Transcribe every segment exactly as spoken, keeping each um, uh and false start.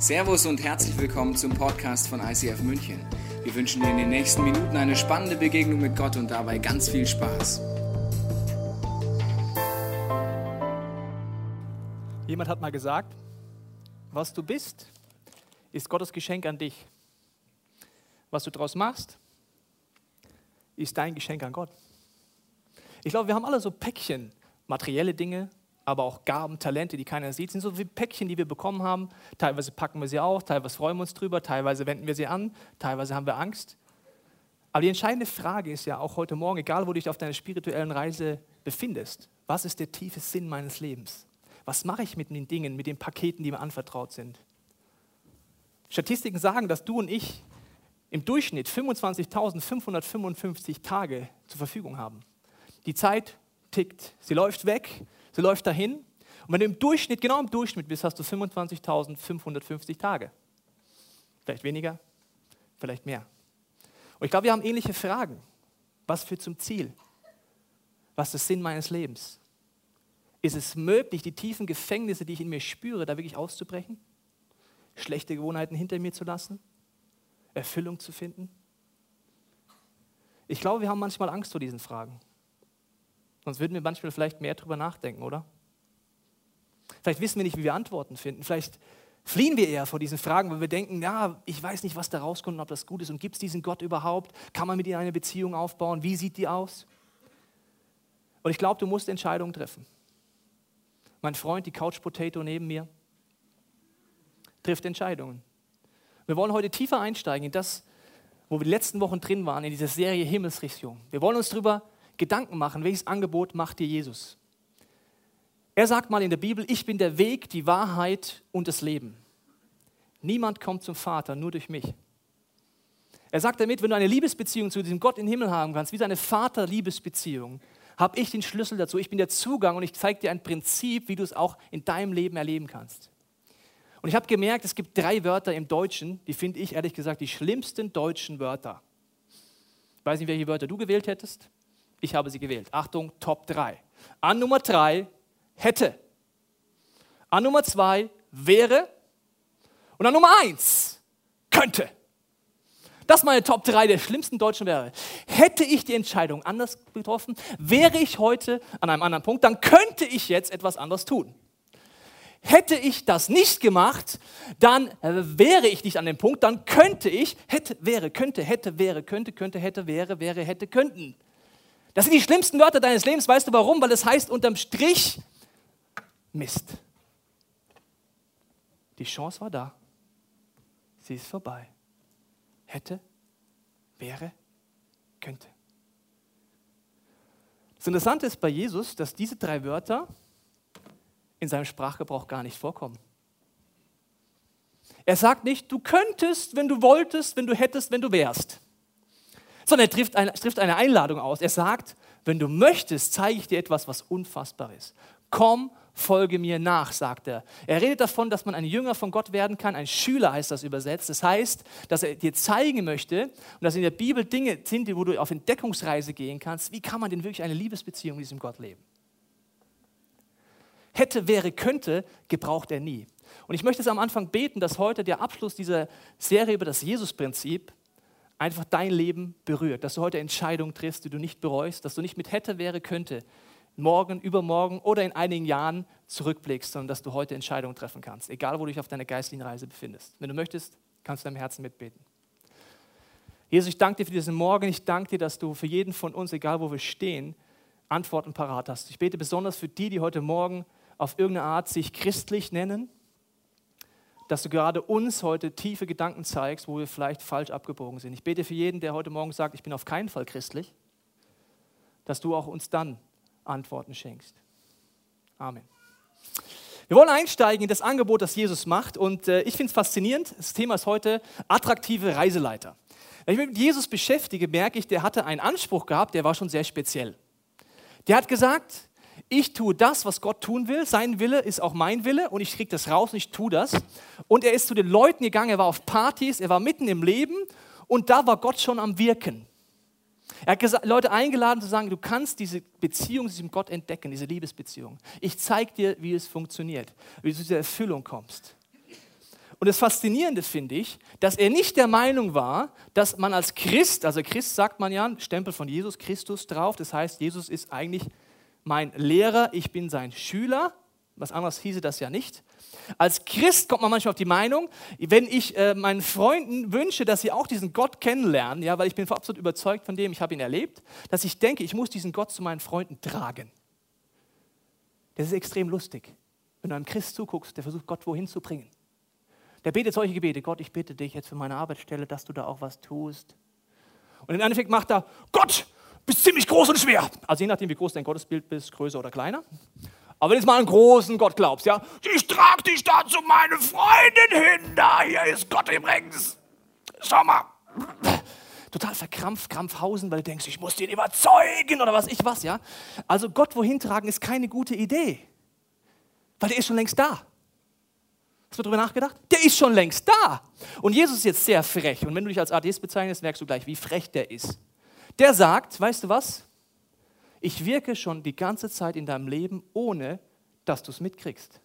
Servus und herzlich willkommen zum Podcast von I C F München. Wir wünschen dir in den nächsten Minuten eine spannende Begegnung mit Gott und dabei ganz viel Spaß. Jemand hat mal gesagt, was du bist, ist Gottes Geschenk an dich. Was du daraus machst, ist dein Geschenk an Gott. Ich glaube, wir haben alle so Päckchen, materielle Dinge, aber auch Gaben, Talente, die keiner sieht, sind so wie Päckchen, die wir bekommen haben. Teilweise packen wir sie auch, teilweise freuen wir uns drüber, teilweise wenden wir sie an, teilweise haben wir Angst. Aber die entscheidende Frage ist ja auch heute Morgen, egal wo du dich auf deiner spirituellen Reise befindest, was ist der tiefe Sinn meines Lebens? Was mache ich mit den Dingen, mit den Paketen, die mir anvertraut sind? Statistiken sagen, dass du und ich im Durchschnitt fünfundzwanzigtausendfünfhundertfünfundfünfzig Tage zur Verfügung haben. Die Zeit tickt, sie läuft weg, sie läuft dahin. Und wenn du im Durchschnitt, genau im Durchschnitt bist, hast du fünfundzwanzigtausendfünfhundertfünfzig Tage. Vielleicht weniger, vielleicht mehr. Und ich glaube, wir haben ähnliche Fragen. Was führt zum Ziel? Was ist der Sinn meines Lebens? Ist es möglich, die tiefen Gefängnisse, die ich in mir spüre, da wirklich auszubrechen? Schlechte Gewohnheiten hinter mir zu lassen? Erfüllung zu finden? Ich glaube, wir haben manchmal Angst vor diesen Fragen. Sonst würden wir manchmal vielleicht mehr drüber nachdenken, oder? Vielleicht wissen wir nicht, wie wir Antworten finden. Vielleicht fliehen wir eher vor diesen Fragen, weil wir denken, ja, ich weiß nicht, was da rauskommt und ob das gut ist. Und gibt es diesen Gott überhaupt? Kann man mit ihm eine Beziehung aufbauen? Wie sieht die aus? Und ich glaube, du musst Entscheidungen treffen. Mein Freund, die Couch Potato neben mir, trifft Entscheidungen. Wir wollen heute tiefer einsteigen in das, wo wir die letzten Wochen drin waren, in dieser Serie Himmelsrichtung. Wir wollen uns darüber Gedanken machen, welches Angebot macht dir Jesus? Er sagt mal in der Bibel, ich bin der Weg, die Wahrheit und das Leben. Niemand kommt zum Vater, nur durch mich. Er sagt damit, wenn du eine Liebesbeziehung zu diesem Gott im Himmel haben kannst, wie seine Vater-Liebesbeziehung, habe ich den Schlüssel dazu. Ich bin der Zugang und ich zeige dir ein Prinzip, wie du es auch in deinem Leben erleben kannst. Und ich habe gemerkt, es gibt drei Wörter im Deutschen, die finde ich ehrlich gesagt die schlimmsten deutschen Wörter. Ich weiß nicht, welche Wörter du gewählt hättest. Ich habe sie gewählt. Achtung, Top drei. An Nummer drei, hätte. An Nummer zwei, wäre. Und an Nummer eins, könnte. Das ist meine Top drei der schlimmsten deutschen Wörter. Hätte ich die Entscheidung anders getroffen, wäre ich heute an einem anderen Punkt, dann könnte ich jetzt etwas anderes tun. Hätte ich das nicht gemacht, dann wäre ich nicht an dem Punkt, dann könnte ich, hätte, wäre, könnte, hätte, wäre, könnte, könnte, hätte, wäre, wäre, hätte, könnten. Das sind die schlimmsten Wörter deines Lebens. Weißt du warum? Weil es heißt unterm Strich Mist. Die Chance war da. Sie ist vorbei. Hätte, wäre, könnte. Das Interessante ist bei Jesus, dass diese drei Wörter in seinem Sprachgebrauch gar nicht vorkommen. Er sagt nicht, du könntest, wenn du wolltest, wenn du hättest, wenn du wärst. Sondern er trifft eine, trifft eine Einladung aus. Er sagt, wenn du möchtest, zeige ich dir etwas, was unfassbar ist. Komm, folge mir nach, sagt er. Er redet davon, dass man ein Jünger von Gott werden kann. Ein Schüler heißt das übersetzt. Das heißt, dass er dir zeigen möchte und dass in der Bibel Dinge sind, wo du auf Entdeckungsreise gehen kannst. Wie kann man denn wirklich eine Liebesbeziehung mit diesem Gott leben? Hätte, wäre, könnte, gebraucht er nie. Und ich möchte es am Anfang beten, dass heute der Abschluss dieser Serie über das Jesus-Prinzip einfach dein Leben berührt, dass du heute Entscheidungen triffst, die du nicht bereust, dass du nicht mit hätte, wäre, könnte, morgen, übermorgen oder in einigen Jahren zurückblickst, sondern dass du heute Entscheidungen treffen kannst, egal wo du dich auf deiner geistlichen Reise befindest. Wenn du möchtest, kannst du deinem Herzen mitbeten. Jesus, ich danke dir für diesen Morgen, ich danke dir, dass du für jeden von uns, egal wo wir stehen, Antworten parat hast. Ich bete besonders für die, die heute Morgen auf irgendeine Art sich christlich nennen, dass du gerade uns heute tiefe Gedanken zeigst, wo wir vielleicht falsch abgebogen sind. Ich bete für jeden, der heute Morgen sagt, ich bin auf keinen Fall christlich, dass du auch uns dann Antworten schenkst. Amen. Wir wollen einsteigen in das Angebot, das Jesus macht und äh, ich finde es faszinierend. Das Thema ist heute attraktive Reiseleiter. Wenn ich mich mit Jesus beschäftige, merke ich, der hatte einen Anspruch gehabt, der war schon sehr speziell. Der hat gesagt, ich tue das, was Gott tun will. Sein Wille ist auch mein Wille und ich kriege das raus und ich tue das. Und er ist zu den Leuten gegangen, er war auf Partys, er war mitten im Leben und da war Gott schon am Wirken. Er hat gesagt, Leute eingeladen zu sagen, du kannst diese Beziehung zu diesem Gott entdecken, diese Liebesbeziehung. Ich zeige dir, wie es funktioniert, wie du zu dieser Erfüllung kommst. Und das Faszinierende finde ich, dass er nicht der Meinung war, dass man als Christ, also Christ sagt man ja, Stempel von Jesus Christus drauf, das heißt, Jesus ist eigentlich mein Lehrer, ich bin sein Schüler, was anderes hieße das ja nicht. Als Christ kommt man manchmal auf die Meinung, wenn ich äh, meinen Freunden wünsche, dass sie auch diesen Gott kennenlernen, ja, weil ich bin absolut überzeugt von dem, ich habe ihn erlebt, dass ich denke, ich muss diesen Gott zu meinen Freunden tragen. Das ist extrem lustig, wenn du einem Christ zuguckst, der versucht, Gott wohin zu bringen. Der betet solche Gebete, Gott, ich bitte dich jetzt für meine Arbeitsstelle, dass du da auch was tust. Und im Endeffekt macht er, Gott, bist ziemlich groß und schwer. Also je nachdem, wie groß dein Gottesbild bist, größer oder kleiner. Aber wenn du jetzt mal an einen großen Gott glaubst, ja, ich trage dich da zu meiner Freundin hin, da hier ist Gott übrigens. Schau mal. Total verkrampft, Krampfhausen, weil du denkst, ich muss den überzeugen oder was ich was, ja. Also Gott wohin tragen ist keine gute Idee, weil der ist schon längst da. Hast du darüber nachgedacht? Der ist schon längst da. Und Jesus ist jetzt sehr frech. Und wenn du dich als Atheist bezeichnest, merkst du gleich, wie frech der ist. Der sagt, weißt du was? Ich wirke schon die ganze Zeit in deinem Leben, ohne dass du es mitkriegst.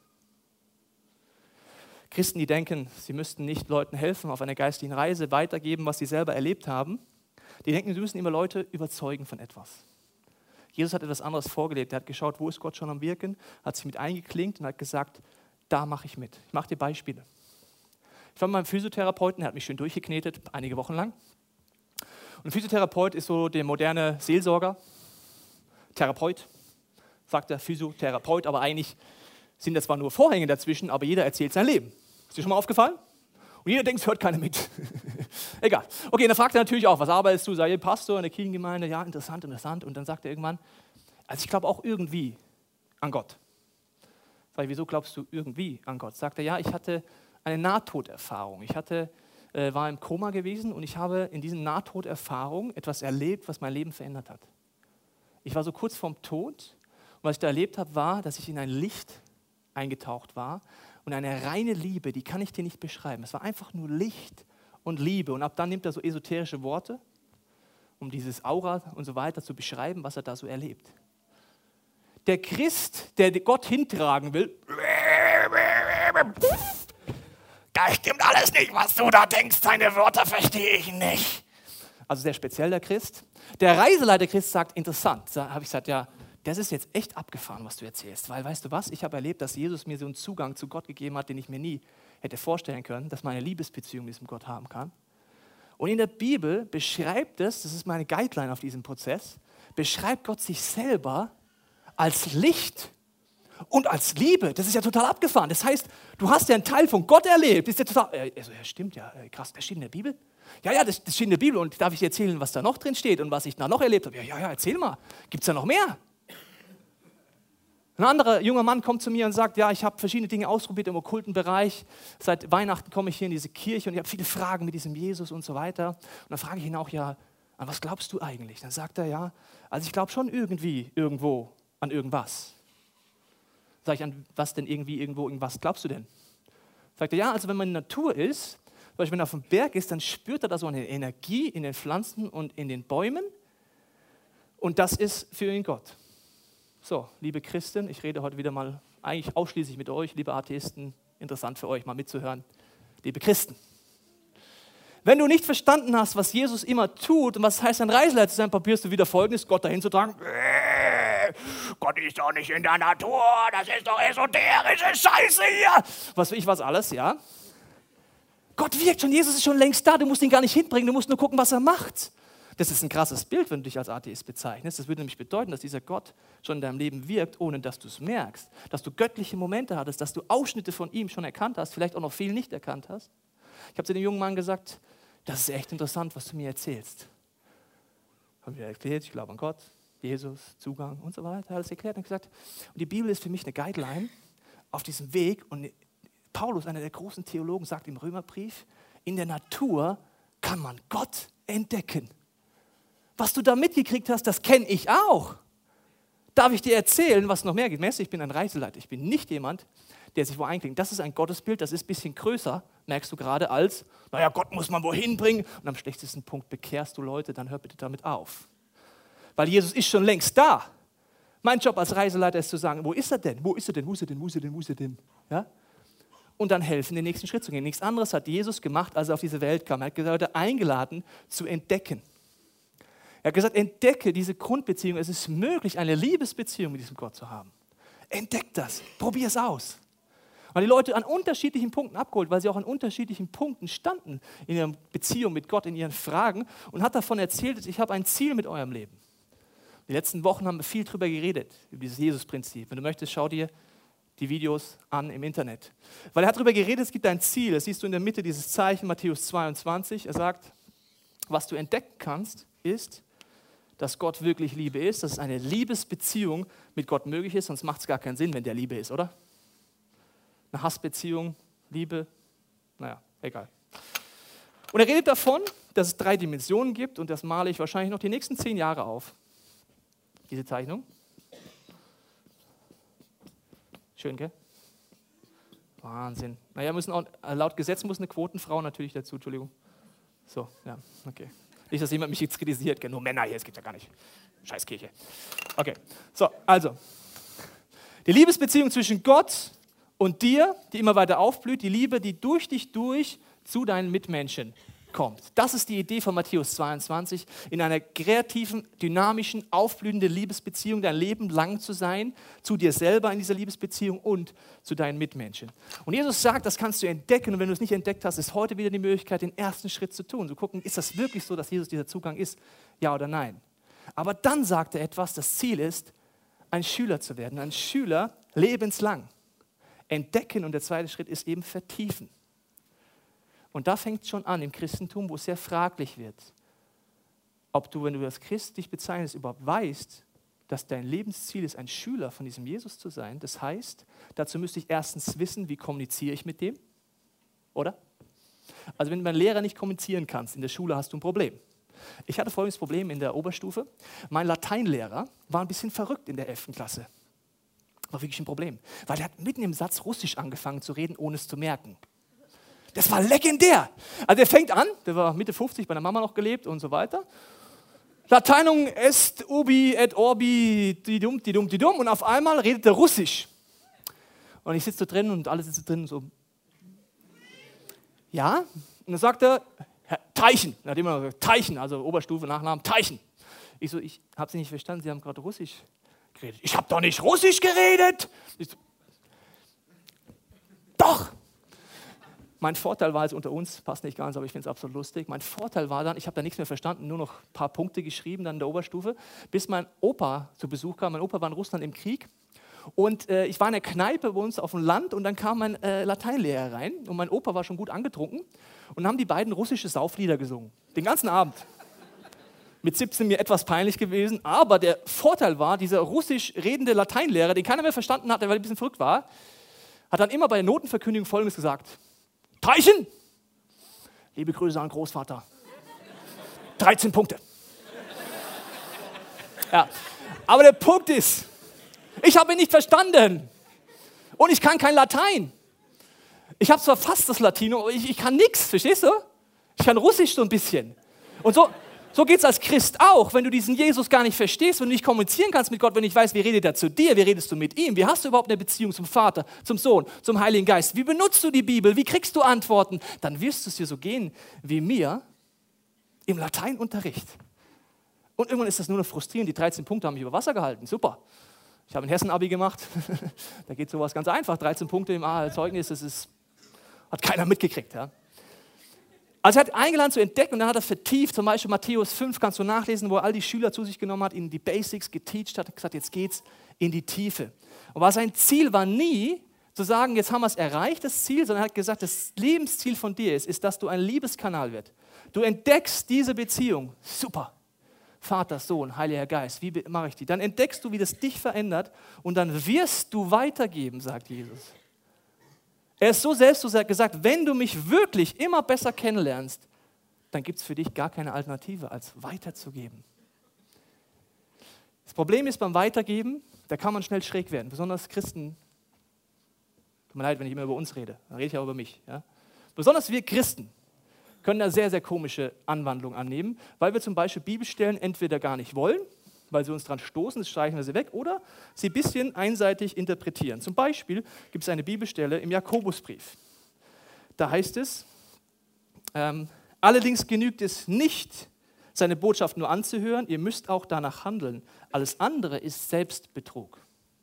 Christen, die denken, sie müssten nicht Leuten helfen, auf einer geistigen Reise weitergeben, was sie selber erlebt haben, die denken, sie müssen immer Leute überzeugen von etwas. Jesus hat etwas anderes vorgelebt. Er hat geschaut, wo ist Gott schon am Wirken, hat sich mit eingeklinkt und hat gesagt, da mache ich mit. Ich mache dir Beispiele. Ich war mit meinem Physiotherapeuten, der hat mich schön durchgeknetet, einige Wochen lang. Und ein Physiotherapeut ist so der moderne Seelsorger, Therapeut, sagt der Physiotherapeut, aber eigentlich sind das zwar nur Vorhänge dazwischen, aber jeder erzählt sein Leben. Ist dir schon mal aufgefallen? Und jeder denkt, es hört keiner mit. Egal. Okay, dann fragt er natürlich auch, was arbeitest du? Sei Pastor in der Kirchengemeinde? Ja, interessant, interessant. Und dann sagt er irgendwann, also ich glaube auch irgendwie an Gott. Sag ich, wieso glaubst du irgendwie an Gott? Sagt er, ja, ich hatte eine Nahtoderfahrung. Ich hatte, äh, war im Koma gewesen und ich habe in diesen Nahtoderfahrungen etwas erlebt, was mein Leben verändert hat. Ich war so kurz vorm Tod und was ich da erlebt habe, war, dass ich in ein Licht eingetaucht war und eine reine Liebe, die kann ich dir nicht beschreiben. Es war einfach nur Licht und Liebe und ab dann nimmt er so esoterische Worte, um dieses Aura und so weiter zu beschreiben, was er da so erlebt. Der Christ, der Gott hintragen will, da stimmt alles nicht, was du da denkst, deine Wörter verstehe ich nicht. Also sehr speziell der Christ. Der Reiseleiter Christ sagt, interessant. Da habe ich gesagt, ja, das ist jetzt echt abgefahren, was du erzählst. Weil, weißt du was, ich habe erlebt, dass Jesus mir so einen Zugang zu Gott gegeben hat, den ich mir nie hätte vorstellen können, dass man eine Liebesbeziehung mit diesem Gott haben kann. Und in der Bibel beschreibt es, das ist meine Guideline auf diesem Prozess, beschreibt Gott sich selber als Licht und als Liebe. Das ist ja total abgefahren. Das heißt, du hast ja einen Teil von Gott erlebt. Das ist ja total, also, ja, stimmt ja, krass, das steht in der Bibel. Ja, ja, das, das steht in der Bibel und darf ich dir erzählen, was da noch drin steht und was ich da noch erlebt habe? Ja, ja, ja, erzähl mal. Gibt es da noch mehr? Ein anderer junger Mann kommt zu mir und sagt, ja, ich habe verschiedene Dinge ausprobiert im okkulten Bereich. Seit Weihnachten komme ich hier in diese Kirche und ich habe viele Fragen mit diesem Jesus und so weiter. Und dann frage ich ihn auch, ja, an was glaubst du eigentlich? Dann sagt er, ja, also ich glaube schon irgendwie, irgendwo, an irgendwas. Sag ich, an was denn irgendwie, irgendwo, irgendwas glaubst du denn? Sagt er, ja, also wenn man in der Natur ist, zum Beispiel wenn er auf dem Berg ist, dann spürt er da so eine Energie in den Pflanzen und in den Bäumen. Und das ist für ihn Gott. So, liebe Christen, ich rede heute wieder mal eigentlich ausschließlich mit euch, liebe Atheisten, interessant für euch mal mitzuhören, liebe Christen. Wenn du nicht verstanden hast, was Jesus immer tut und was heißt, ein Reiseleiter zu sein, probierst du wieder Folgendes, Gott dahin zu tragen. Gott ist doch nicht in der Natur, das ist doch esoterische Scheiße hier. Was weiß ich was alles, ja? Gott wirkt schon, Jesus ist schon längst da, du musst ihn gar nicht hinbringen, du musst nur gucken, was er macht. Das ist ein krasses Bild, wenn du dich als Atheist bezeichnest. Das würde nämlich bedeuten, dass dieser Gott schon in deinem Leben wirkt, ohne dass du es merkst. Dass du göttliche Momente hattest, dass du Ausschnitte von ihm schon erkannt hast, vielleicht auch noch viel nicht erkannt hast. Ich habe zu dem jungen Mann gesagt, das ist echt interessant, was du mir erzählst. Habe mir erklärt, ich glaube an Gott, Jesus, Zugang und so weiter, alles erklärt und gesagt. Und die Bibel ist für mich eine Guideline auf diesem Weg. Und Paulus, einer der großen Theologen, sagt im Römerbrief, in der Natur kann man Gott entdecken. Was du da mitgekriegt hast, das kenne ich auch. Darf ich dir erzählen, was noch mehr geht? Ich bin ein Reiseleiter, ich bin nicht jemand, der sich wo einklingt. Das ist ein Gottesbild, das ist ein bisschen größer, merkst du gerade, als, naja, Gott muss man wohin bringen. Und am schlechtesten Punkt bekehrst du Leute, dann hör bitte damit auf. Weil Jesus ist schon längst da. Mein Job als Reiseleiter ist zu sagen, wo ist er denn? Wo ist er denn? Wo ist er denn? Wo ist er denn? Wo ist er denn? Ja? und dann helfen, den nächsten Schritt zu gehen. Nichts anderes hat Jesus gemacht, als er auf diese Welt kam. Er hat Leute eingeladen, zu entdecken. Er hat gesagt, entdecke diese Grundbeziehung. Es ist möglich, eine Liebesbeziehung mit diesem Gott zu haben. Entdeck das, probier es aus. Und die Leute an unterschiedlichen Punkten abgeholt, weil sie auch an unterschiedlichen Punkten standen in ihrer Beziehung mit Gott, in ihren Fragen, und hat davon erzählt, ich habe ein Ziel mit eurem Leben. Die letzten Wochen haben wir viel darüber geredet, über dieses Jesus-Prinzip. Wenn du möchtest, schau dir die Videos an im Internet. Weil er hat darüber geredet, es gibt ein Ziel, das siehst du in der Mitte dieses Zeichen, Matthäus zweiundzwanzig. Er sagt, was du entdecken kannst, ist, dass Gott wirklich Liebe ist, dass eine Liebesbeziehung mit Gott möglich ist, sonst macht es gar keinen Sinn, wenn der Liebe ist, oder? Eine Hassbeziehung, Liebe, naja, egal. Und er redet davon, dass es drei Dimensionen gibt, und das male ich wahrscheinlich noch die nächsten zehn Jahre auf. Diese Zeichnung. Schön, gell? Wahnsinn. Naja, müssen auch, laut Gesetz muss eine Quotenfrau natürlich dazu, Entschuldigung. So, ja, okay. Nicht, dass jemand mich jetzt kritisiert, gell? Nur Männer hier, das gibt ja gar nicht. Scheiß Kirche. Okay, so, also. Die Liebesbeziehung zwischen Gott und dir, die immer weiter aufblüht, die Liebe, die durch dich durch zu deinen Mitmenschen kommt. Das ist die Idee von Matthäus zweiundzwanzig, in einer kreativen, dynamischen, aufblühenden Liebesbeziehung dein Leben lang zu sein, zu dir selber in dieser Liebesbeziehung und zu deinen Mitmenschen. Und Jesus sagt, das kannst du entdecken, und wenn du es nicht entdeckt hast, ist heute wieder die Möglichkeit, den ersten Schritt zu tun. Zu gucken, ist das wirklich so, dass Jesus dieser Zugang ist? Ja oder nein? Aber dann sagt er etwas, das Ziel ist, ein Schüler zu werden, ein Schüler lebenslang. Entdecken, und der zweite Schritt ist eben vertiefen. Und da fängt es schon an im Christentum, wo es sehr fraglich wird, ob du, wenn du als Christ dich bezeichnest, überhaupt weißt, dass dein Lebensziel ist, ein Schüler von diesem Jesus zu sein. Das heißt, dazu müsste ich erstens wissen, wie kommuniziere ich mit dem, oder? Also wenn du mit einem Lehrer nicht kommunizieren kannst, in der Schule hast du ein Problem. Ich hatte folgendes Problem in der Oberstufe. Mein Lateinlehrer war ein bisschen verrückt in der elften Klasse. War wirklich ein Problem, weil er hat mitten im Satz Russisch angefangen zu reden, ohne es zu merken. Das war legendär. Also er fängt an, der war Mitte fünfzig, bei der Mama noch gelebt und so weiter. Lateinum est ubi et orbi, die dumm, die dumm, die dumm. Und auf einmal redet er Russisch. Und ich sitze da drin und alle sitzen drin so. Ja? Und dann sagt er, Teichen. Er hat immer gesagt, Teichen, also Oberstufe, Nachnamen, Teichen. Ich so, ich habe Sie nicht verstanden, Sie haben gerade Russisch geredet. Ich habe doch nicht Russisch geredet. Ich so, doch. Mein Vorteil war jetzt unter uns, passt nicht ganz, aber ich finde es absolut lustig. Mein Vorteil war dann, ich habe da nichts mehr verstanden, nur noch ein paar Punkte geschrieben dann in der Oberstufe, bis mein Opa zu Besuch kam. Mein Opa war in Russland im Krieg und äh, ich war in der Kneipe bei uns auf dem Land und dann kam mein äh, Lateinlehrer rein und mein Opa war schon gut angetrunken und haben die beiden russische Sauflieder gesungen, den ganzen Abend. Mit siebzehn mir etwas peinlich gewesen, aber der Vorteil war, dieser russisch redende Lateinlehrer, den keiner mehr verstanden hat, weil er ein bisschen verrückt war, hat dann immer bei der Notenverkündigung Folgendes gesagt: Teichen, liebe Grüße an Großvater, dreizehn Punkte. Ja. Aber der Punkt ist, ich habe ihn nicht verstanden und ich kann kein Latein. Ich habe zwar fast das Latino, aber ich, ich kann nichts, verstehst du? Ich kann Russisch so ein bisschen. Und so, so geht es als Christ auch, wenn du diesen Jesus gar nicht verstehst, wenn du nicht kommunizieren kannst mit Gott, wenn du nicht weißt, wie redet er zu dir, wie redest du mit ihm, wie hast du überhaupt eine Beziehung zum Vater, zum Sohn, zum Heiligen Geist, wie benutzt du die Bibel, wie kriegst du Antworten, dann wirst du es dir so gehen wie mir im Lateinunterricht. Und irgendwann ist das nur noch frustrierend, die dreizehn Punkte haben mich über Wasser gehalten, super. Ich habe ein Hessen-Abi gemacht, da geht sowas ganz einfach, dreizehn Punkte im Zeugnis, das ist, hat keiner mitgekriegt, ja. Also er hat eingeladen zu entdecken und dann hat er vertieft, zum Beispiel Matthäus fünf, kannst du nachlesen, wo er all die Schüler zu sich genommen hat, ihnen die Basics geteacht hat, gesagt, jetzt geht's in die Tiefe. Aber sein Ziel war nie, zu sagen, jetzt haben wir es erreicht, das Ziel, sondern er hat gesagt, das Lebensziel von dir ist, ist, dass du ein Liebeskanal wirst. Du entdeckst diese Beziehung, super, Vater, Sohn, Heiliger Geist, wie mache ich die? Dann entdeckst du, wie das dich verändert und dann wirst du weitergeben, sagt Jesus. Er ist so selbst gesagt, wenn du mich wirklich immer besser kennenlernst, dann gibt es für dich gar keine Alternative, als weiterzugeben. Das Problem ist beim Weitergeben, da kann man schnell schräg werden, besonders Christen. Tut mir leid, wenn ich immer über uns rede, dann rede ich auch über mich. Ja? Besonders wir Christen können da sehr, sehr komische Anwandlungen annehmen, weil wir zum Beispiel Bibelstellen entweder gar nicht wollen, weil sie uns dran stoßen, das streichen wir sie weg, oder sie ein bisschen einseitig interpretieren. Zum Beispiel gibt es eine Bibelstelle im Jakobusbrief. Da heißt es, ähm, allerdings genügt es nicht, seine Botschaft nur anzuhören, ihr müsst auch danach handeln. Alles andere ist Selbstbetrug.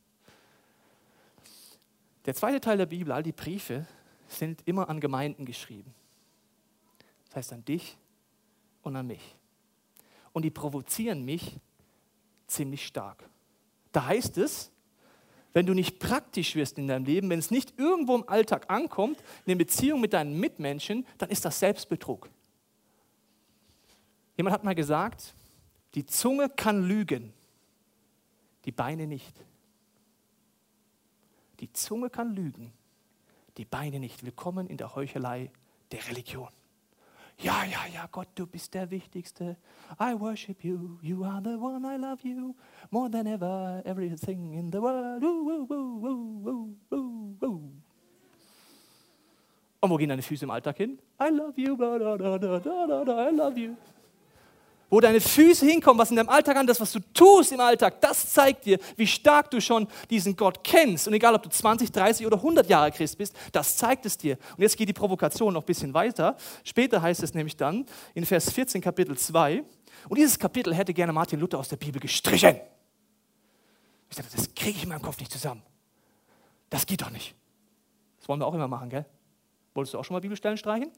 Der zweite Teil der Bibel, all die Briefe, sind immer an Gemeinden geschrieben. Das heißt an dich und an mich. Und die provozieren mich ziemlich stark. Da heißt es, wenn du nicht praktisch wirst in deinem Leben, wenn es nicht irgendwo im Alltag ankommt, in der Beziehung mit deinen Mitmenschen, dann ist das Selbstbetrug. Jemand hat mal gesagt, die Zunge kann lügen, die Beine nicht. Die Zunge kann lügen, die Beine nicht. Willkommen in der Heuchelei der Religion. Ja, ja, ja, Gott, du bist der Wichtigste. I worship you, you are the one, I love you. More than ever, everything in the world. Woo, woo, woo, woo, woo, woo. Und wo gehen deine Füße im Alltag hin? I love you, da, da, da, da, da, da, I love you. Wo deine Füße hinkommen, was in deinem Alltag an, das, was du tust im Alltag, das zeigt dir, wie stark du schon diesen Gott kennst. Und egal, ob du zwanzig, dreißig oder hundert Jahre Christ bist, das zeigt es dir. Und jetzt geht die Provokation noch ein bisschen weiter. Später heißt es nämlich dann in Vers vierzehn, Kapitel zwei, und dieses Kapitel hätte gerne Martin Luther aus der Bibel gestrichen. Ich dachte, das kriege ich in meinem Kopf nicht zusammen. Das geht doch nicht. Das wollen wir auch immer machen, gell? Wolltest du auch schon mal Bibelstellen streichen?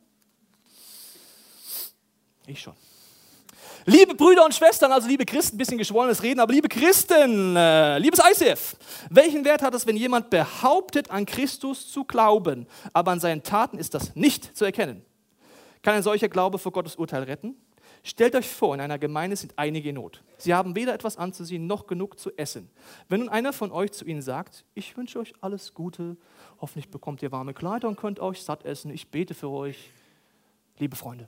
Ich schon. Liebe Brüder und Schwestern, also liebe Christen, ein bisschen geschwollenes Reden, aber liebe Christen, äh, liebes I C F, welchen Wert hat es, wenn jemand behauptet, an Christus zu glauben, aber an seinen Taten ist das nicht zu erkennen? Kann ein solcher Glaube vor Gottes Urteil retten? Stellt euch vor, in einer Gemeinde sind einige in Not. Sie haben weder etwas anzusehen, noch genug zu essen. Wenn nun einer von euch zu ihnen sagt, ich wünsche euch alles Gute, hoffentlich bekommt ihr warme Kleider und könnt euch satt essen, ich bete für euch, liebe Freunde.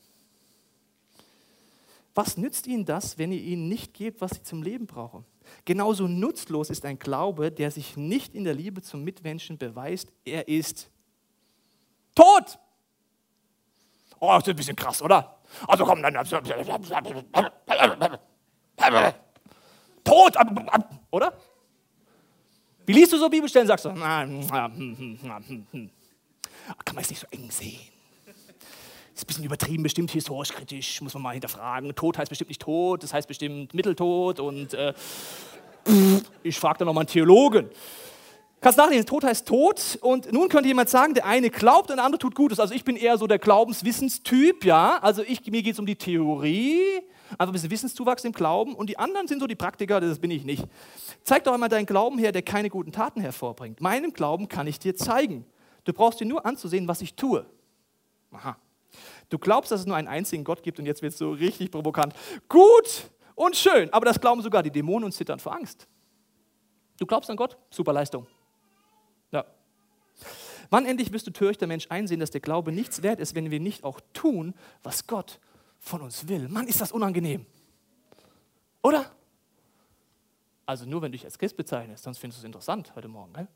Was nützt ihnen das, wenn ihr ihnen nicht gebt, was sie zum Leben brauchen? Genauso nutzlos ist ein Glaube, der sich nicht in der Liebe zum Mitmenschen beweist. Er ist tot. Oh, das ist ein bisschen krass, oder? Also komm, dann. Tot, oder? Wie liest du so Bibelstellen? Sagst du, kann man es nicht so eng sehen? Ist ein bisschen übertrieben, bestimmt historisch kritisch, muss man mal hinterfragen. Tod heißt bestimmt nicht tot, das heißt bestimmt Mitteltod und äh, ich frage dann nochmal einen Theologen. Kannst nachlesen, Tod heißt Tod und nun könnte jemand sagen, der eine glaubt und der andere tut Gutes. Also ich bin eher so der Glaubenswissenstyp, ja, also ich, mir geht es um die Theorie, einfach ein bisschen Wissenszuwachs im Glauben und die anderen sind so die Praktiker, das bin ich nicht. Zeig doch einmal deinen Glauben her, der keine guten Taten hervorbringt. Meinen Glauben kann ich dir zeigen. Du brauchst dir nur anzusehen, was ich tue. Aha. Du glaubst, dass es nur einen einzigen Gott gibt und jetzt wird es so richtig provokant. Gut und schön, aber das glauben sogar die Dämonen und zittern vor Angst. Du glaubst an Gott? Super Leistung. Ja. Wann endlich wirst du, törichter Mensch, einsehen, dass der Glaube nichts wert ist, wenn wir nicht auch tun, was Gott von uns will? Mann, ist das unangenehm. Oder? Also nur, wenn du dich als Christ bezeichnest, sonst findest du es interessant heute Morgen. Gell?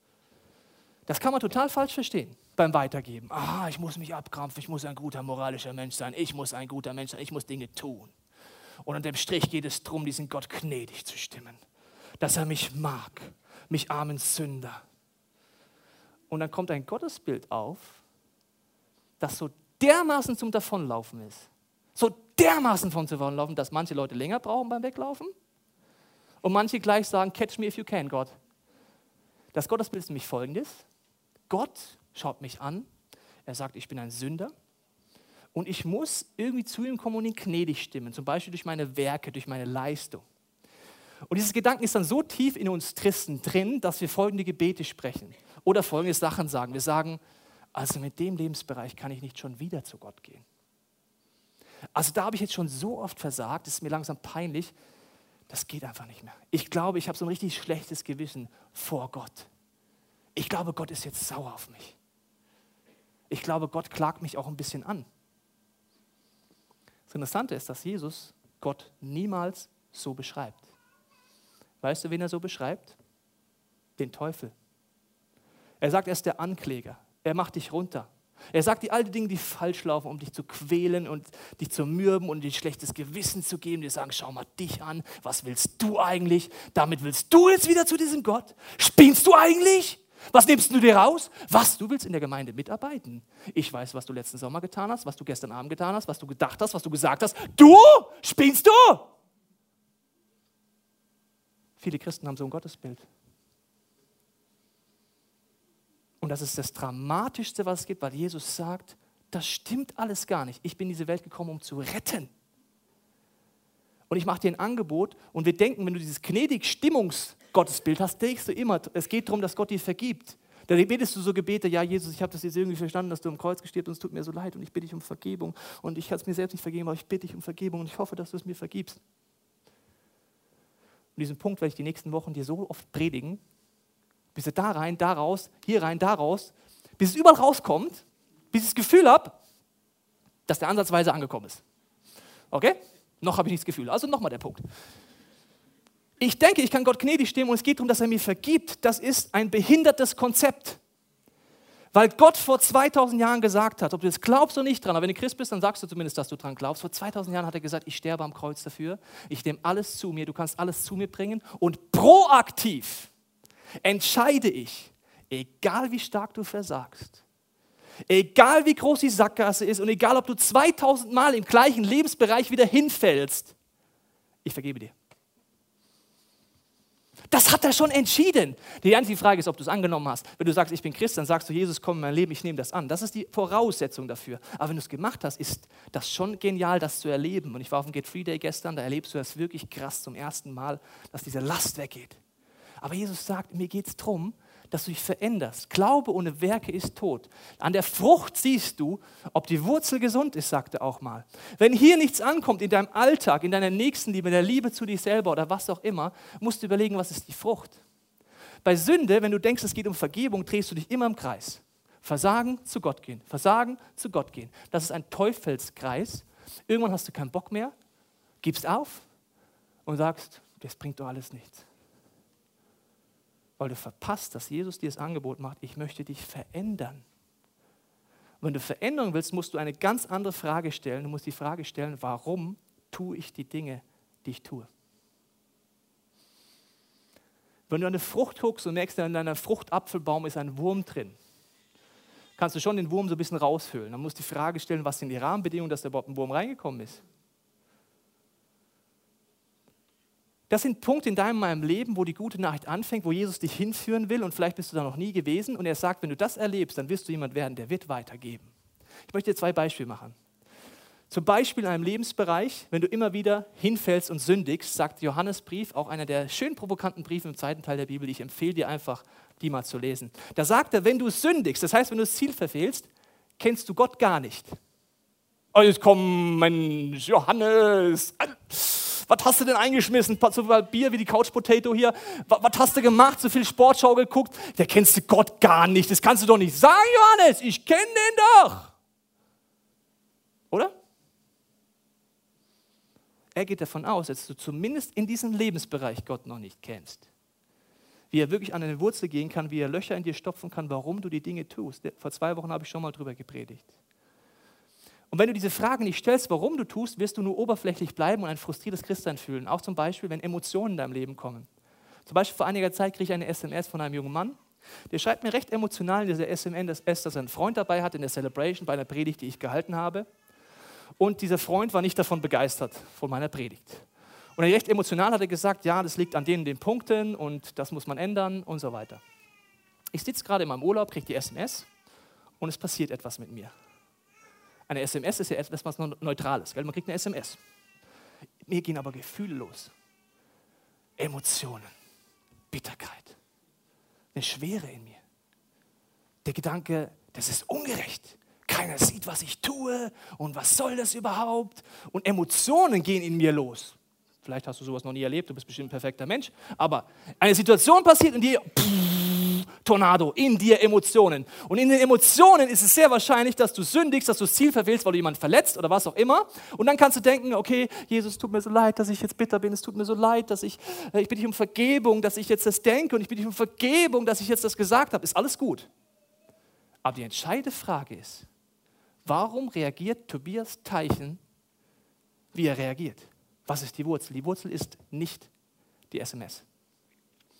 Das kann man total falsch verstehen beim Weitergeben. Ah, ich muss mich abkrampfen, ich muss ein guter moralischer Mensch sein, ich muss ein guter Mensch sein, ich muss Dinge tun. Und unter dem Strich geht es darum, diesen Gott gnädig zu stimmen, dass er mich mag, mich armen Sünder. Und dann kommt ein Gottesbild auf, das so dermaßen zum Davonlaufen ist, so dermaßen vom Davonlaufen, dass manche Leute länger brauchen beim Weglaufen und manche gleich sagen, catch me if you can, Gott. Das Gottesbild ist nämlich folgendes. Gott schaut mich an, er sagt, ich bin ein Sünder und ich muss irgendwie zu ihm kommen und ihn gnädig stimmen, zum Beispiel durch meine Werke, durch meine Leistung. Und dieses Gedanken ist dann so tief in uns Christen drin, dass wir folgende Gebete sprechen oder folgende Sachen sagen. Wir sagen, also mit dem Lebensbereich kann ich nicht schon wieder zu Gott gehen. Also da habe ich jetzt schon so oft versagt, es ist mir langsam peinlich, das geht einfach nicht mehr. Ich glaube, ich habe so ein richtig schlechtes Gewissen vor Gott. Ich glaube, Gott ist jetzt sauer auf mich. Ich glaube, Gott klagt mich auch ein bisschen an. Das Interessante ist, dass Jesus Gott niemals so beschreibt. Weißt du, wen er so beschreibt? Den Teufel. Er sagt, er ist der Ankläger. Er macht dich runter. Er sagt dir all die Dinge, die falsch laufen, um dich zu quälen und dich zu mürben und dir ein schlechtes Gewissen zu geben. Die sagen, schau mal dich an, was willst du eigentlich? Damit willst du jetzt wieder zu diesem Gott? Spinnst du eigentlich? Was nimmst du dir raus? Was? Du willst in der Gemeinde mitarbeiten. Ich weiß, was du letzten Sommer getan hast, was du gestern Abend getan hast, was du gedacht hast, was du gesagt hast. Du? Spinnst du? Viele Christen haben so ein Gottesbild. Und das ist das Dramatischste, was es gibt, weil Jesus sagt, das stimmt alles gar nicht. Ich bin in diese Welt gekommen, um zu retten. Und ich mache dir ein Angebot und wir denken, wenn du dieses gnädig Stimmungs-Gottesbild hast, denkst du immer, es geht darum, dass Gott dir vergibt. Da betest du so Gebete, ja Jesus, ich habe das jetzt irgendwie verstanden, dass du am Kreuz gestirbt und es tut mir so leid und ich bitte dich um Vergebung und ich kann es mir selbst nicht vergeben, aber ich bitte dich um Vergebung und ich hoffe, dass du es mir vergibst. Und diesen Punkt werde ich die nächsten Wochen dir so oft predigen, bis er da rein, da raus, hier rein, da raus, bis es überall rauskommt, bis ich das Gefühl habe, dass der ansatzweise angekommen ist. Okay? Noch habe ich nicht das Gefühl. Also nochmal der Punkt. Ich denke, ich kann Gott gnädig stimmen und es geht darum, dass er mir vergibt. Das ist ein behindertes Konzept. Weil Gott vor zweitausend Jahren gesagt hat, ob du das glaubst oder nicht dran, aber wenn du Christ bist, dann sagst du zumindest, dass du dran glaubst. Vor zweitausend Jahren hat er gesagt, ich sterbe am Kreuz dafür. Ich nehme alles zu mir, du kannst alles zu mir bringen und proaktiv entscheide ich, egal wie stark du versagst, egal wie groß die Sackgasse ist und egal, ob du zweitausend Mal im gleichen Lebensbereich wieder hinfällst, ich vergebe dir. Das hat er schon entschieden. Die einzige Frage ist, ob du es angenommen hast. Wenn du sagst, ich bin Christ, dann sagst du, Jesus, komm in mein Leben, ich nehme das an. Das ist die Voraussetzung dafür. Aber wenn du es gemacht hast, ist das schon genial, das zu erleben. Und ich war auf dem Get Free Day gestern, da erlebst du das wirklich krass zum ersten Mal, dass diese Last weggeht. Aber Jesus sagt, mir geht es darum, dass du dich veränderst. Glaube ohne Werke ist tot. An der Frucht siehst du, ob die Wurzel gesund ist, sagt er auch mal. Wenn hier nichts ankommt in deinem Alltag, in deiner Nächstenliebe, in der Liebe zu dir selber oder was auch immer, musst du überlegen, was ist die Frucht. Bei Sünde, wenn du denkst, es geht um Vergebung, drehst du dich immer im Kreis. Versagen, zu Gott gehen. Versagen, zu Gott gehen. Das ist ein Teufelskreis. Irgendwann hast du keinen Bock mehr, gibst auf und sagst, das bringt doch alles nichts. Weil du verpasst, dass Jesus dir das Angebot macht, ich möchte dich verändern. Und wenn du Veränderung willst, musst du eine ganz andere Frage stellen. Du musst die Frage stellen, warum tue ich die Dinge, die ich tue? Wenn du an eine Frucht guckst und merkst, in deiner Fruchtapfelbaum ist ein Wurm drin, kannst du schon den Wurm so ein bisschen raushöhlen. Dann musst du die Frage stellen, was sind die Rahmenbedingungen, dass da überhaupt ein Wurm reingekommen ist? Das sind Punkte in deinem meinem Leben, wo die gute Nachricht anfängt, wo Jesus dich hinführen will und vielleicht bist du da noch nie gewesen und er sagt, wenn du das erlebst, dann wirst du jemand werden, der wird weitergeben. Ich möchte dir zwei Beispiele machen. Zum Beispiel in einem Lebensbereich, wenn du immer wieder hinfällst und sündigst, sagt Johannesbrief, auch einer der schön provokanten Briefe im zweiten Teil der Bibel, ich empfehle dir einfach, die mal zu lesen. Da sagt er, wenn du sündigst, das heißt, wenn du das Ziel verfehlst, kennst du Gott gar nicht. Oh, jetzt komm, Mensch, Johannes, was hast du denn eingeschmissen? So viel Bier wie die Couch Potato hier. Was, was hast du gemacht? So viel Sportschau geguckt? Da kennst du Gott gar nicht. Das kannst du doch nicht sagen, Johannes. Ich kenne den doch. Oder? Er geht davon aus, dass du zumindest in diesem Lebensbereich Gott noch nicht kennst. Wie er wirklich an eine Wurzel gehen kann, wie er Löcher in dir stopfen kann, warum du die Dinge tust. Vor zwei Wochen habe ich schon mal drüber gepredigt. Und wenn du diese Frage nicht stellst, warum du tust, wirst du nur oberflächlich bleiben und ein frustriertes Christsein fühlen. Auch zum Beispiel, wenn Emotionen in deinem Leben kommen. Zum Beispiel vor einiger Zeit kriege ich eine S M S von einem jungen Mann. Der schreibt mir recht emotional in dieser S M S, dass er einen Freund dabei hat in der Celebration bei einer Predigt, die ich gehalten habe. Und dieser Freund war nicht davon begeistert, von meiner Predigt. Und recht emotional hat er gesagt, ja, das liegt an den, den Punkten und das muss man ändern und so weiter. Ich sitze gerade in meinem Urlaub, kriege die S M S und es passiert etwas mit mir. Eine S M S ist ja etwas was Neutrales, gell? Man kriegt eine S M S. Mir gehen aber Gefühle los. Emotionen, Bitterkeit, eine Schwere in mir. Der Gedanke, das ist ungerecht. Keiner sieht, was ich tue und was soll das überhaupt? Und Emotionen gehen in mir los. Vielleicht hast du sowas noch nie erlebt, du bist bestimmt ein perfekter Mensch. Aber eine Situation passiert und die pff, Tornado, in dir Emotionen. Und in den Emotionen ist es sehr wahrscheinlich, dass du sündigst, dass du das Ziel verfehlst, weil du jemanden verletzt oder was auch immer. Und dann kannst du denken, okay, Jesus, tut mir so leid, dass ich jetzt bitter bin. Es tut mir so leid, dass ich, ich bitte dich um Vergebung, dass ich jetzt das denke. Und ich bitte dich um Vergebung, dass ich jetzt das gesagt habe. Ist alles gut. Aber die entscheidende Frage ist, warum reagiert Tobias Teichen, wie er reagiert? Was ist die Wurzel? Die Wurzel ist nicht die S M S.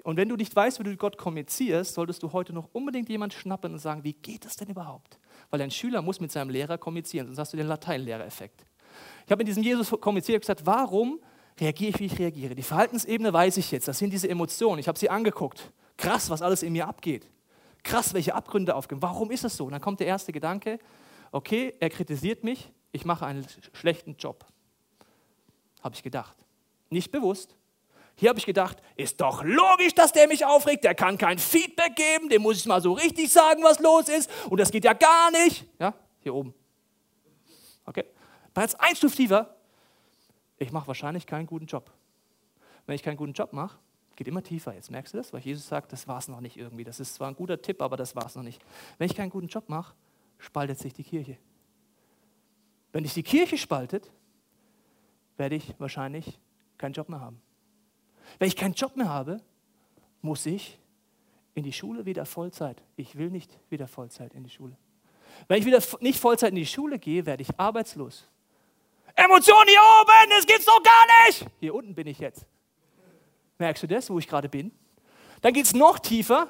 Und wenn du nicht weißt, wie du mit Gott kommunizierst, solltest du heute noch unbedingt jemanden schnappen und sagen, wie geht das denn überhaupt? Weil ein Schüler muss mit seinem Lehrer kommunizieren, sonst hast du den Lateinlehrereffekt. Ich habe mit diesem Jesus kommuniziert und gesagt, warum reagiere ich, wie ich reagiere? Die Verhaltensebene weiß ich jetzt, das sind diese Emotionen. Ich habe sie angeguckt. Krass, was alles in mir abgeht. Krass, welche Abgründe aufgehen. Warum ist es so? Und dann kommt der erste Gedanke, okay, er kritisiert mich, ich mache einen schlechten Job. Habe ich gedacht. Nicht bewusst. Hier habe ich gedacht, ist doch logisch, dass der mich aufregt, der kann kein Feedback geben, dem muss ich mal so richtig sagen, was los ist und das geht ja gar nicht. Ja, hier oben. Okay, bei jetzt ein Stuf tiefer, ich mache wahrscheinlich keinen guten Job. Wenn ich keinen guten Job mache, geht immer tiefer. Jetzt merkst du das, weil Jesus sagt, das war es noch nicht irgendwie. Das ist zwar ein guter Tipp, aber das war es noch nicht. Wenn ich keinen guten Job mache, spaltet sich die Kirche. Wenn sich die Kirche spaltet, werde ich wahrscheinlich keinen Job mehr haben. Wenn ich keinen Job mehr habe, muss ich in die Schule wieder Vollzeit. Ich will nicht wieder Vollzeit in die Schule. Wenn ich wieder nicht Vollzeit in die Schule gehe, werde ich arbeitslos. Emotionen hier oben, das gibt's doch gar nicht! Hier unten bin ich jetzt. Merkst du das, wo ich gerade bin? Dann geht es noch tiefer.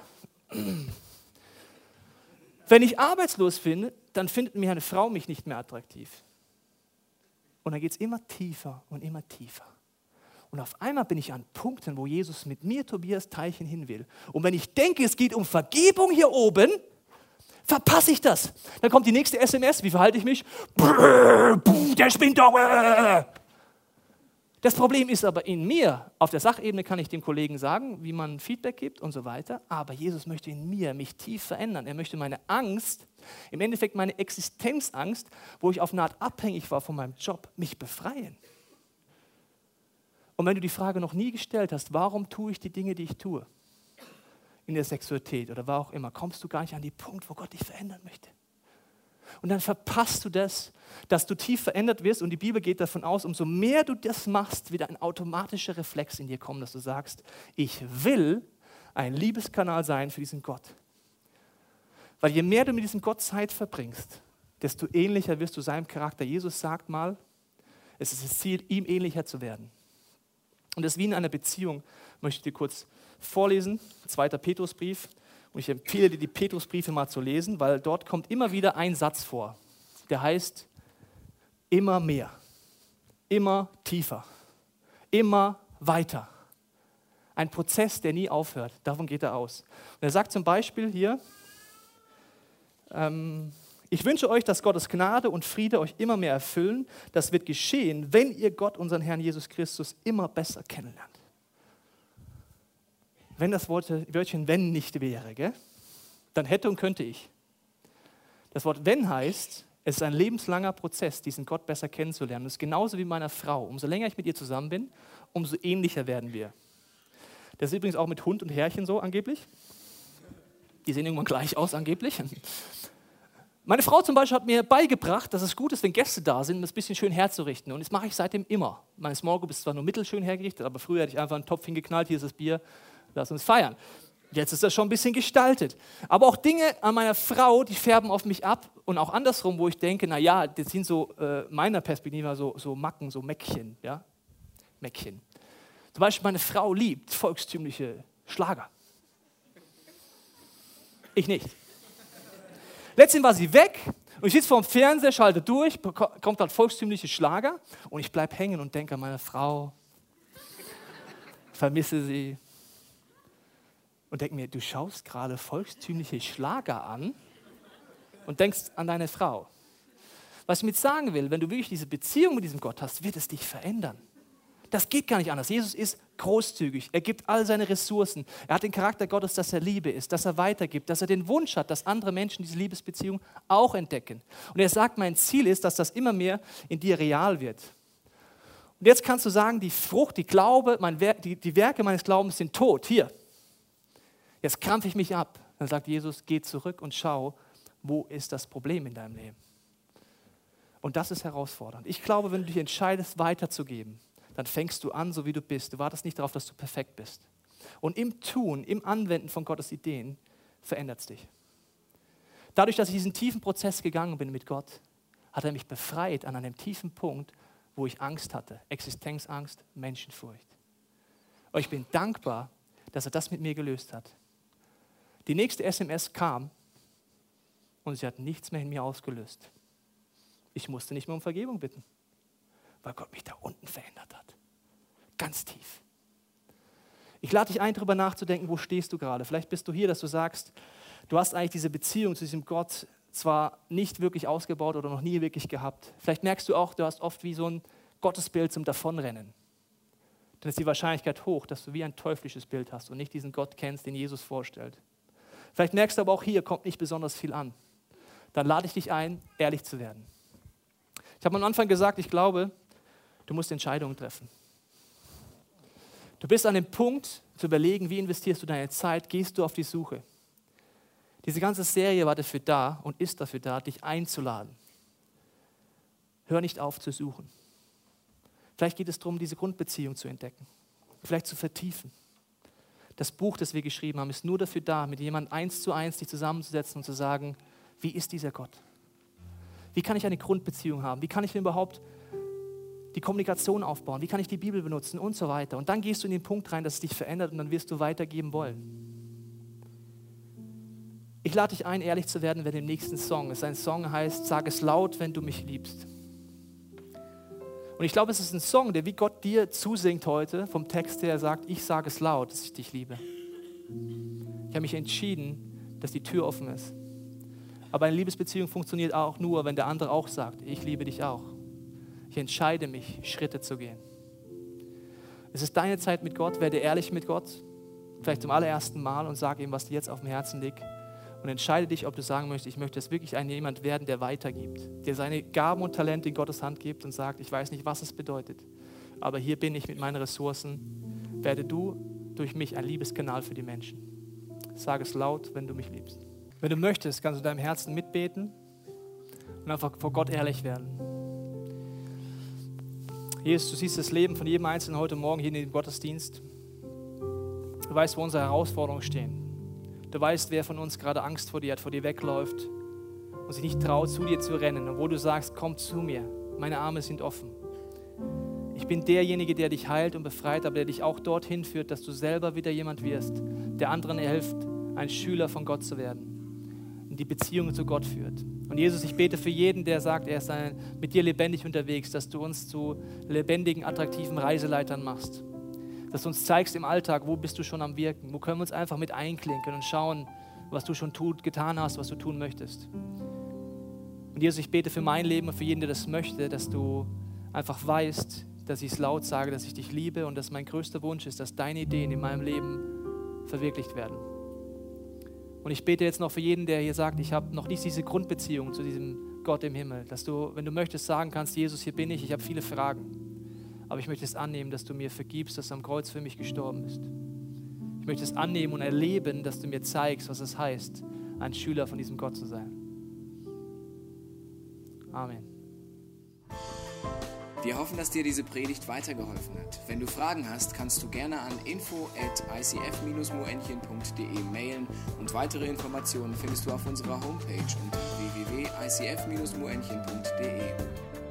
Wenn ich arbeitslos bin, dann findet mir eine Frau mich nicht mehr attraktiv. Und dann geht es immer tiefer und immer tiefer. Und auf einmal bin ich an Punkten, wo Jesus mit mir, Tobias Teilchen, hin will. Und wenn ich denke, es geht um Vergebung hier oben, verpasse ich das. Dann kommt die nächste S M S, wie verhalte ich mich? Der spinnt doch. Das Problem ist aber in mir. Auf der Sachebene kann ich dem Kollegen sagen, wie man Feedback gibt und so weiter. Aber Jesus möchte in mir mich tief verändern. Er möchte meine Angst, im Endeffekt meine Existenzangst, wo ich auf eine Art abhängig war von meinem Job, mich befreien. Und wenn du die Frage noch nie gestellt hast, warum tue ich die Dinge, die ich tue, in der Sexualität oder war auch immer, kommst du gar nicht an den Punkt, wo Gott dich verändern möchte. Und dann verpasst du das, dass du tief verändert wirst und die Bibel geht davon aus, umso mehr du das machst, wird ein automatischer Reflex in dir kommen, dass du sagst, ich will ein Liebeskanal sein für diesen Gott. Weil je mehr du mit diesem Gott Zeit verbringst, desto ähnlicher wirst du seinem Charakter. Jesus sagt mal, es ist das Ziel, ihm ähnlicher zu werden. Und das ist wie in einer Beziehung, möchte ich dir kurz vorlesen, zweiter Petrusbrief. Und ich empfehle dir, die Petrusbriefe mal zu lesen, weil dort kommt immer wieder ein Satz vor, der heißt, immer mehr, immer tiefer, immer weiter. Ein Prozess, der nie aufhört, davon geht er aus. Und er sagt zum Beispiel hier, ähm, ich wünsche euch, dass Gottes Gnade und Friede euch immer mehr erfüllen. Das wird geschehen, wenn ihr Gott, unseren Herrn Jesus Christus, immer besser kennenlernt. Wenn das Wörtchen wenn nicht wäre, gell, dann hätte und könnte ich. Das Wort wenn heißt, es ist ein lebenslanger Prozess, diesen Gott besser kennenzulernen. Das ist genauso wie meiner Frau. Umso länger ich mit ihr zusammen bin, umso ähnlicher werden wir. Das ist übrigens auch mit Hund und Herrchen so angeblich. Die sehen irgendwann gleich aus angeblich. Meine Frau zum Beispiel hat mir beigebracht, dass es gut ist, wenn Gäste da sind, um das ein bisschen schön herzurichten. Und das mache ich seitdem immer. Meine Small Group ist zwar nur mittelschön hergerichtet, aber früher hätte ich einfach einen Topf hingeknallt, hier ist das Bier, lass uns feiern. Jetzt ist das schon ein bisschen gestaltet. Aber auch Dinge an meiner Frau, die färben auf mich ab und auch andersrum, wo ich denke, naja, das sind so äh, meiner Perspektive so, so Macken, so Mäckchen. Ja? Mäckchen. Zum Beispiel meine Frau liebt volkstümliche Schlager. Ich nicht. Letztendlich war sie weg und ich sitze vor dem Fernseher, schalte durch, kommt halt volkstümliche Schlager und ich bleibe hängen und denke an meine Frau, vermisse sie und denke mir, du schaust gerade volkstümliche Schlager an und denkst an deine Frau. Was ich mit sagen will, wenn du wirklich diese Beziehung mit diesem Gott hast, wird es dich verändern. Das geht gar nicht anders. Jesus ist großzügig. Er gibt all seine Ressourcen. Er hat den Charakter Gottes, dass er Liebe ist, dass er weitergibt, dass er den Wunsch hat, dass andere Menschen diese Liebesbeziehung auch entdecken. Und er sagt, mein Ziel ist, dass das immer mehr in dir real wird. Und jetzt kannst du sagen, die Frucht, die Glaube, mein Werk, die, die Werke meines Glaubens sind tot. Hier. Jetzt krampfe ich mich ab. Dann sagt Jesus, geh zurück und schau, wo ist das Problem in deinem Leben. Und das ist herausfordernd. Ich glaube, wenn du dich entscheidest, weiterzugeben, dann fängst du an, so wie du bist. Du wartest nicht darauf, dass du perfekt bist. Und im Tun, im Anwenden von Gottes Ideen verändert es dich. Dadurch, dass ich diesen tiefen Prozess gegangen bin mit Gott, hat er mich befreit an einem tiefen Punkt, wo ich Angst hatte. Existenzangst, Menschenfurcht. Und ich bin dankbar, dass er das mit mir gelöst hat. Die nächste S M S kam und sie hat nichts mehr in mir ausgelöst. Ich musste nicht mehr um Vergebung bitten, weil Gott mich da unten verändert hat. Ganz tief. Ich lade dich ein, darüber nachzudenken, wo stehst du gerade. Vielleicht bist du hier, dass du sagst, du hast eigentlich diese Beziehung zu diesem Gott zwar nicht wirklich ausgebaut oder noch nie wirklich gehabt. Vielleicht merkst du auch, du hast oft wie so ein Gottesbild zum Davonrennen. Dann ist die Wahrscheinlichkeit hoch, dass du wie ein teuflisches Bild hast und nicht diesen Gott kennst, den Jesus vorstellt. Vielleicht merkst du aber auch, hier kommt nicht besonders viel an. Dann lade ich dich ein, ehrlich zu werden. Ich habe am Anfang gesagt, ich glaube, du musst Entscheidungen treffen. Du bist an dem Punkt, zu überlegen, wie investierst du deine Zeit, gehst du auf die Suche. Diese ganze Serie war dafür da und ist dafür da, dich einzuladen. Hör nicht auf zu suchen. Vielleicht geht es darum, diese Grundbeziehung zu entdecken, vielleicht zu vertiefen. Das Buch, das wir geschrieben haben, ist nur dafür da, mit jemandem eins zu eins dich zusammenzusetzen und zu sagen, wie ist dieser Gott? Wie kann ich eine Grundbeziehung haben? Wie kann ich mir überhaupt die Kommunikation aufbauen? Wie kann ich die Bibel benutzen und so weiter? Und dann gehst du in den Punkt rein, dass es dich verändert und dann wirst du weitergeben wollen. Ich lade dich ein, ehrlich zu werden, wenn im nächsten Song ist. Ein Song heißt, sag es laut, wenn du mich liebst. Und ich glaube, es ist ein Song, der wie Gott dir zusingt heute, vom Text her sagt, ich sage es laut, dass ich dich liebe. Ich habe mich entschieden, dass die Tür offen ist. Aber eine Liebesbeziehung funktioniert auch nur, wenn der andere auch sagt, ich liebe dich auch. Ich entscheide mich, Schritte zu gehen. Es ist deine Zeit mit Gott, werde ehrlich mit Gott, vielleicht zum allerersten Mal und sag ihm, was dir jetzt auf dem Herzen liegt. Und entscheide dich, ob du sagen möchtest, ich möchte jetzt wirklich ein jemand werden, der weitergibt, der seine Gaben und Talente in Gottes Hand gibt und sagt, ich weiß nicht, was es bedeutet, aber hier bin ich mit meinen Ressourcen, werde du durch mich ein Liebeskanal für die Menschen. Sag es laut, wenn du mich liebst. Wenn du möchtest, kannst du in deinem Herzen mitbeten und einfach vor Gott ehrlich werden. Jesus, du siehst das Leben von jedem Einzelnen heute Morgen hier in dem Gottesdienst. Du weißt, wo unsere Herausforderungen stehen. Du weißt, wer von uns gerade Angst vor dir hat, vor dir wegläuft und sich nicht traut, zu dir zu rennen. Und wo du sagst, komm zu mir, meine Arme sind offen. Ich bin derjenige, der dich heilt und befreit, aber der dich auch dorthin führt, dass du selber wieder jemand wirst, der anderen hilft, ein Schüler von Gott zu werden, in die Beziehung zu Gott führt. Und Jesus, ich bete für jeden, der sagt, er ist ein, mit dir lebendig unterwegs, dass du uns zu lebendigen, attraktiven Reiseleitern machst. Dass du uns zeigst im Alltag, wo bist du schon am Wirken, wo können wir uns einfach mit einklinken und schauen, was du schon tut, getan hast, was du tun möchtest. Und Jesus, ich bete für mein Leben und für jeden, der das möchte, dass du einfach weißt, dass ich es laut sage, dass ich dich liebe und dass mein größter Wunsch ist, dass deine Ideen in meinem Leben verwirklicht werden. Und ich bete jetzt noch für jeden, der hier sagt, ich habe noch nicht diese Grundbeziehung zu diesem Gott im Himmel, dass du, wenn du möchtest, sagen kannst, Jesus, hier bin ich, ich habe viele Fragen. Aber ich möchte es annehmen, dass du mir vergibst, dass du am Kreuz für mich gestorben bist. Ich möchte es annehmen und erleben, dass du mir zeigst, was es heißt, ein Schüler von diesem Gott zu sein. Amen. Wir hoffen, dass dir diese Predigt weitergeholfen hat. Wenn du Fragen hast, kannst du gerne an info at i c f dash moenchen punkt d e mailen und weitere Informationen findest du auf unserer Homepage unter w w w punkt i c f dash moenchen punkt d e.